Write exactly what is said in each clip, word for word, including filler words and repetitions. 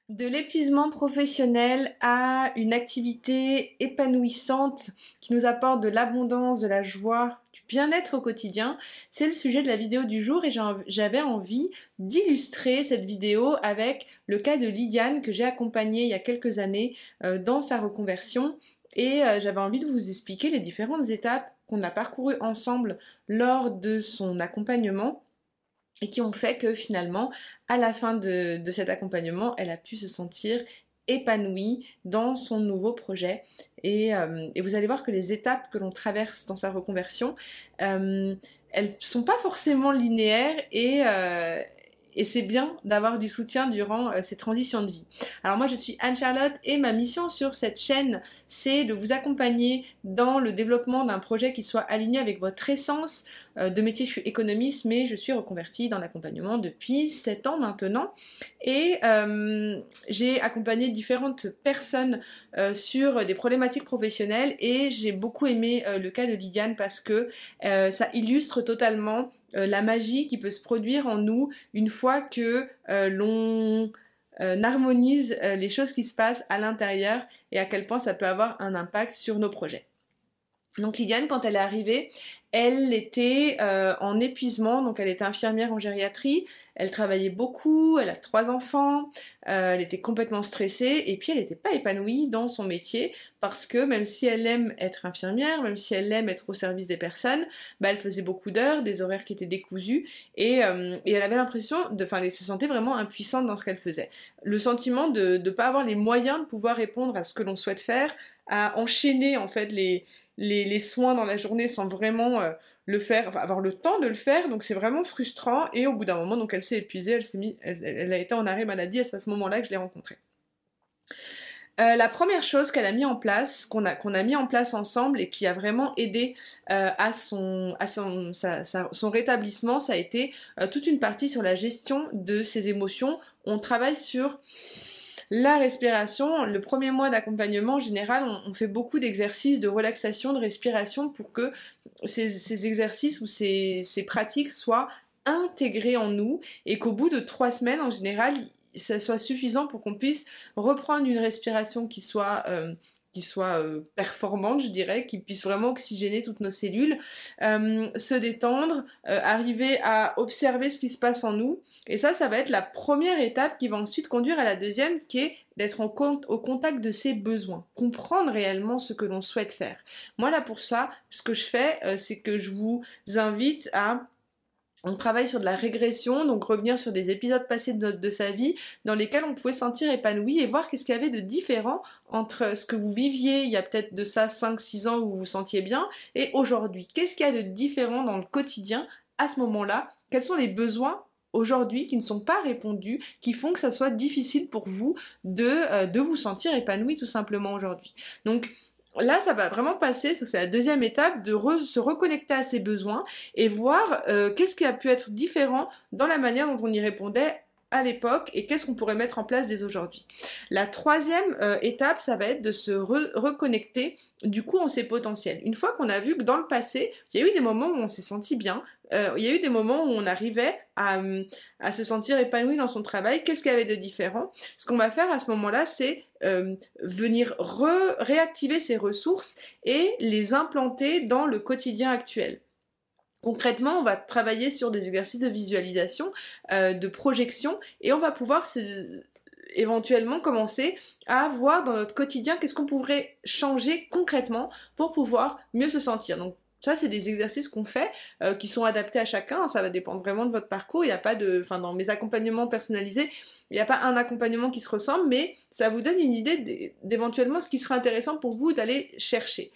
De l'épuisement professionnel à une activité épanouissante qui nous apporte de l'abondance, de la joie, du bien-être au quotidien, c'est le sujet de la vidéo du jour et j'avais envie d'illustrer cette vidéo avec le cas de Lydiane que j'ai accompagnée il y a quelques années euh, dans sa reconversion et euh, j'avais envie de vous expliquer les différentes étapes qu'on a parcourues ensemble lors de son accompagnement et qui ont fait que finalement, à la fin de, de cet accompagnement, elle a pu se sentir épanouie dans son nouveau projet. Et, euh, et vous allez voir que les étapes que l'on traverse dans sa reconversion, euh, elles sont pas forcément linéaires et, euh, et c'est bien d'avoir du soutien durant euh, ces transitions de vie. Alors moi je suis Anne-Charlotte et ma mission sur cette chaîne c'est de vous accompagner dans le développement d'un projet qui soit aligné avec votre essence. Euh, de métier je suis économiste mais je suis reconvertie dans l'accompagnement depuis sept ans maintenant et euh, j'ai accompagné différentes personnes euh, sur des problématiques professionnelles et j'ai beaucoup aimé euh, le cas de Lydiane parce que euh, ça illustre totalement euh, la magie qui peut se produire en nous une fois que euh, l'on euh, harmonise euh, les choses qui se passent à l'intérieur et à quel point ça peut avoir un impact sur nos projets. Donc Lydiane, quand elle est arrivée, elle était euh, en épuisement, donc elle était infirmière en gériatrie, elle travaillait beaucoup, elle a trois enfants, euh, elle était complètement stressée et puis elle n'était pas épanouie dans son métier parce que même si elle aime être infirmière, même si elle aime être au service des personnes, bah, elle faisait beaucoup d'heures, des horaires qui étaient décousus et, euh, et elle avait l'impression, de, enfin elle se sentait vraiment impuissante dans ce qu'elle faisait. Le sentiment de ne pas avoir les moyens de pouvoir répondre à ce que l'on souhaite faire, à enchaîner en fait les Les, les soins dans la journée sans vraiment euh, le faire, enfin avoir le temps de le faire, donc c'est vraiment frustrant et au bout d'un moment donc elle s'est épuisée, elle s'est mis, elle, elle a été en arrêt maladie et c'est à ce moment-là que je l'ai rencontrée. Euh, la première chose qu'elle a mis en place, qu'on a, qu'on a mis en place ensemble et qui a vraiment aidé euh, à, son, à son, sa, sa, son rétablissement, ça a été euh, toute une partie sur la gestion de ses émotions. On travaille sur la respiration. Le premier mois d'accompagnement, en général, on, on fait beaucoup d'exercices de relaxation, de respiration pour que ces, ces exercices ou ces, ces pratiques soient intégrés en nous et qu'au bout de trois semaines, en général, ça soit suffisant pour qu'on puisse reprendre une respiration qui soit... Euh, qui soit euh, performante, je dirais, qui puisse vraiment oxygéner toutes nos cellules, euh, se détendre, euh, arriver à observer ce qui se passe en nous. Et ça, ça va être la première étape qui va ensuite conduire à la deuxième, qui est d'être en compte, au contact de ses besoins, comprendre réellement ce que l'on souhaite faire. Moi, là, pour ça, ce que je fais, euh, c'est que je vous invite à... On travaille sur de la régression, donc revenir sur des épisodes passés de, notre, de sa vie dans lesquels on pouvait se sentir épanoui et voir qu'est-ce qu'il y avait de différent entre ce que vous viviez il y a peut-être de ça cinq six ans où vous vous sentiez bien et aujourd'hui. Qu'est-ce qu'il y a de différent dans le quotidien à ce moment-là? Quels sont les besoins aujourd'hui qui ne sont pas répondus, qui font que ça soit difficile pour vous de, euh, de vous sentir épanoui tout simplement aujourd'hui. Donc, là, ça va vraiment passer, c'est la deuxième étape, de re, se reconnecter à ses besoins et voir euh, qu'est-ce qui a pu être différent dans la manière dont on y répondait à l'époque et qu'est-ce qu'on pourrait mettre en place dès aujourd'hui. La troisième euh, étape, ça va être de se re reconnecter du coup en ses potentiels. Une fois qu'on a vu que dans le passé, il y a eu des moments où on s'est senti bien, euh, il y a eu des moments où on arrivait à, à se sentir épanoui dans son travail, qu'est-ce qu'il y avait de différent? Ce qu'on va faire à ce moment-là, c'est euh, venir re réactiver ces ressources et les implanter dans le quotidien actuel. Concrètement, on va travailler sur des exercices de visualisation, euh, de projection, et on va pouvoir se, éventuellement commencer à voir dans notre quotidien qu'est-ce qu'on pourrait changer concrètement pour pouvoir mieux se sentir. Donc ça, c'est des exercices qu'on fait, euh, qui sont adaptés à chacun, ça va dépendre vraiment de votre parcours, il n'y a pas de... Enfin, dans mes accompagnements personnalisés, il n'y a pas un accompagnement qui se ressemble, mais ça vous donne une idée d'éventuellement ce qui serait intéressant pour vous d'aller chercher.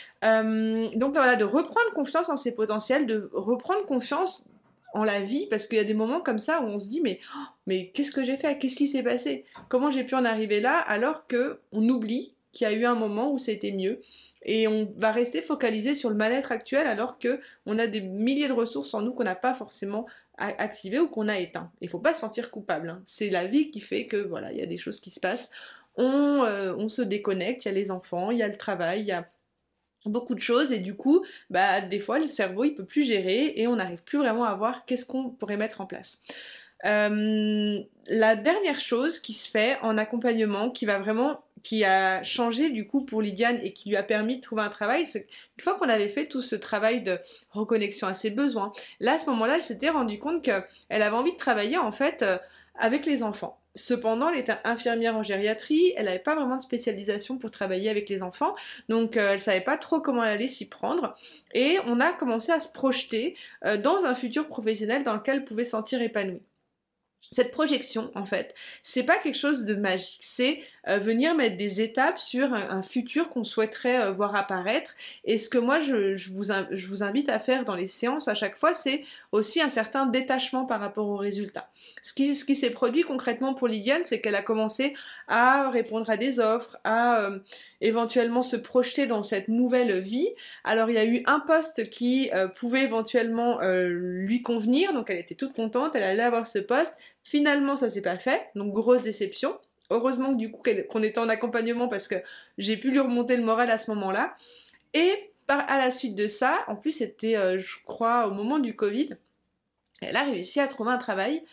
Euh, donc voilà, de reprendre confiance en ses potentiels, de reprendre confiance en la vie, parce qu'il y a des moments comme ça où on se dit mais, oh, mais qu'est-ce que j'ai fait? Qu'est-ce qui s'est passé? Comment j'ai pu en arriver là? Alors qu'on oublie qu'il y a eu un moment où c'était mieux. Et on va rester focalisé sur le mal-être actuel alors qu'on a des milliers de ressources en nous qu'on n'a pas forcément activées ou qu'on a éteintes. Il ne faut pas se sentir coupable. Hein. C'est la vie qui fait que voilà, il y a des choses qui se passent. On, euh, on se déconnecte, il y a les enfants, il y a le travail, il y a beaucoup de choses et du coup, bah, des fois le cerveau il peut plus gérer et on n'arrive plus vraiment à voir qu'est-ce qu'on pourrait mettre en place. Euh, la dernière chose qui se fait en accompagnement, qui va vraiment, qui a changé du coup pour Lydiane et qui lui a permis de trouver un travail, c'est une fois qu'on avait fait tout ce travail de reconnexion à ses besoins, là à ce moment-là, elle s'était rendue compte qu'elle avait envie de travailler en fait euh, avec les enfants. Cependant, elle était infirmière en gériatrie, elle n'avait pas vraiment de spécialisation pour travailler avec les enfants, donc euh, elle savait pas trop comment elle allait s'y prendre, et on a commencé à se projeter euh, dans un futur professionnel dans lequel elle pouvait se sentir épanouie. Cette projection, en fait, c'est pas quelque chose de magique, c'est euh, venir mettre des étapes sur un, un futur qu'on souhaiterait euh, voir apparaître. Et ce que moi, je, je, vous, je vous invite à faire dans les séances à chaque fois, c'est aussi un certain détachement par rapport aux résultats. Ce qui, ce qui s'est produit concrètement pour Lydiane, c'est qu'elle a commencé à répondre à des offres, à euh, éventuellement se projeter dans cette nouvelle vie. Alors, il y a eu un poste qui euh, pouvait éventuellement euh, lui convenir, donc elle était toute contente, elle allait avoir ce poste. Finalement, ça s'est pas fait, donc grosse déception. Heureusement que du coup qu'on était en accompagnement parce que j'ai pu lui remonter le moral à ce moment-là. Et par, à la suite de ça, en plus c'était, euh, je crois, au moment du Covid, elle a réussi à trouver un travail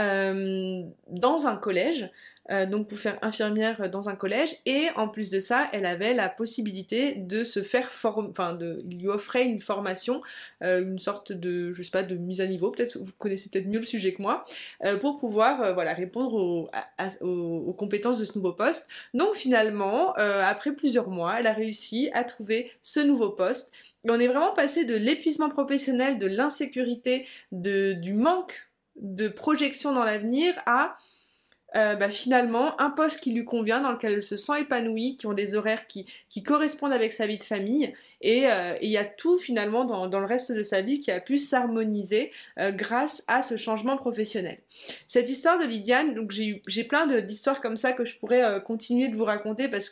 euh, dans un collège, euh, donc pour faire infirmière dans un collège, et en plus de ça, elle avait la possibilité de se faire former, enfin, de, il lui offrait une formation, euh, une sorte de, je sais pas, de mise à niveau, peut-être, vous connaissez peut-être mieux le sujet que moi, euh, pour pouvoir, euh, voilà, répondre aux, à, aux, aux compétences de ce nouveau poste. Donc finalement, euh, après plusieurs mois, elle a réussi à trouver ce nouveau poste, et on est vraiment passé de l'épuisement professionnel, de l'insécurité, de, du manque de projection dans l'avenir à euh, bah, finalement un poste qui lui convient, dans lequel elle se sent épanouie, qui ont des horaires qui, qui correspondent avec sa vie de famille, et il euh, y a tout finalement dans, dans le reste de sa vie qui a pu s'harmoniser euh, grâce à ce changement professionnel. Cette histoire de Lydiane, donc j'ai, j'ai plein de, d'histoires comme ça que je pourrais euh, continuer de vous raconter parce que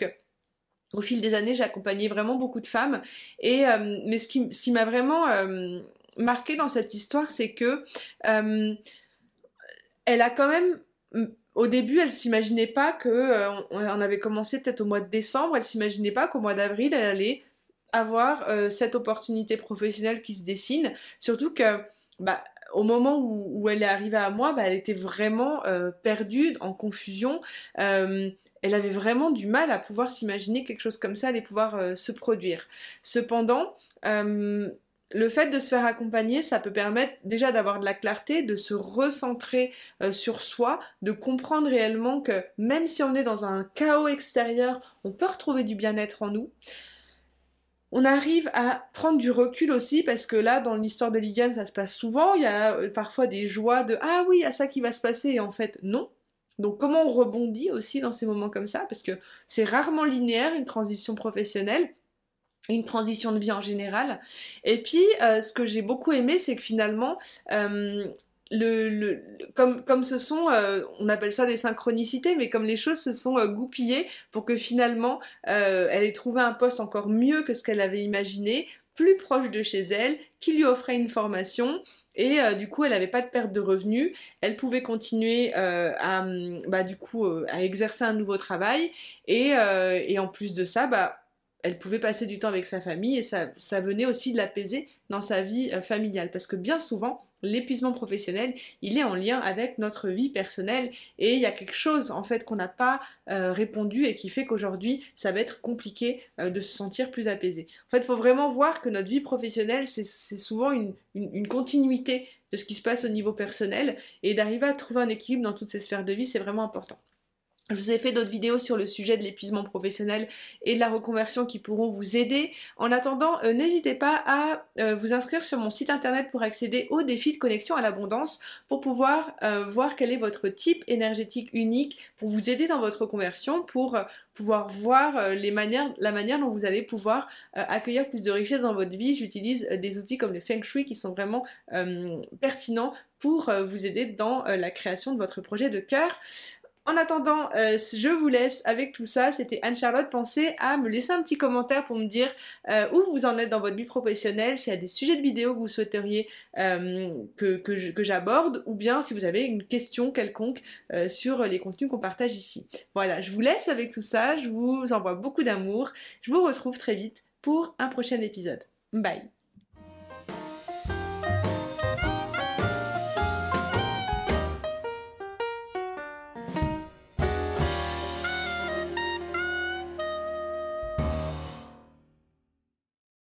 au fil des années, j'ai accompagné vraiment beaucoup de femmes, et euh, mais ce qui, ce qui m'a vraiment euh, marqué dans cette histoire, c'est que euh, elle a quand même, au début, elle s'imaginait pas que, euh, on, on avait commencé peut-être au mois de décembre, elle s'imaginait pas qu'au mois d'avril, elle allait avoir euh, cette opportunité professionnelle qui se dessine, surtout que, bah, au moment où, où elle est arrivée à moi, bah, elle était vraiment euh, perdue, en confusion. Euh, elle avait vraiment du mal à pouvoir s'imaginer quelque chose comme ça allait pouvoir euh, se produire. Cependant, euh, le fait de se faire accompagner, ça peut permettre déjà d'avoir de la clarté, de se recentrer euh, sur soi, de comprendre réellement que même si on est dans un chaos extérieur, on peut retrouver du bien-être en nous. On arrive à prendre du recul aussi, parce que là, dans l'histoire de Lydiane, ça se passe souvent, il y a euh, parfois des joies de « Ah oui, il y a ça qui va se passer » et en fait, non. Donc comment on rebondit aussi dans ces moments comme ça, parce que c'est rarement linéaire, une transition professionnelle, une transition de vie en général. Et puis, euh, ce que j'ai beaucoup aimé, c'est que finalement, euh, le, le, comme, comme ce sont, euh, on appelle ça des synchronicités, mais comme les choses se sont euh, goupillées pour que finalement, euh, elle ait trouvé un poste encore mieux que ce qu'elle avait imaginé, plus proche de chez elle, qui lui offrait une formation, et euh, du coup elle n'avait pas de perte de revenus, elle pouvait continuer euh, à, bah, du coup, euh, à exercer un nouveau travail, et, euh, et en plus de ça, bah, elle pouvait passer du temps avec sa famille, et ça, ça venait aussi de l'apaiser dans sa vie euh, familiale, parce que bien souvent, l'épuisement professionnel, il est en lien avec notre vie personnelle, et il y a quelque chose en fait qu'on n'a pas euh, répondu et qui fait qu'aujourd'hui ça va être compliqué euh, de se sentir plus apaisé. En fait, il faut vraiment voir que notre vie professionnelle, c'est, c'est souvent une, une, une continuité de ce qui se passe au niveau personnel, et d'arriver à trouver un équilibre dans toutes ces sphères de vie, c'est vraiment important. Je vous ai fait d'autres vidéos sur le sujet de l'épuisement professionnel et de la reconversion qui pourront vous aider. En attendant, euh, n'hésitez pas à euh, vous inscrire sur mon site internet pour accéder au défi de connexion à l'abondance, pour pouvoir euh, voir quel est votre type énergétique unique, pour vous aider dans votre reconversion, pour euh, pouvoir voir euh, les manières, la manière dont vous allez pouvoir euh, accueillir plus de richesse dans votre vie. J'utilise euh, des outils comme le Feng Shui qui sont vraiment euh, pertinents pour euh, vous aider dans euh, la création de votre projet de cœur. En attendant, euh, je vous laisse avec tout ça. C'était Anne-Charlotte. Pensez à me laisser un petit commentaire pour me dire euh, où vous en êtes dans votre vie professionnelle, s'il y a des sujets de vidéos que vous souhaiteriez euh, que, que, je, que j'aborde, ou bien si vous avez une question quelconque euh, sur les contenus qu'on partage ici. Voilà, je vous laisse avec tout ça. Je vous envoie beaucoup d'amour. Je vous retrouve très vite pour un prochain épisode. Bye!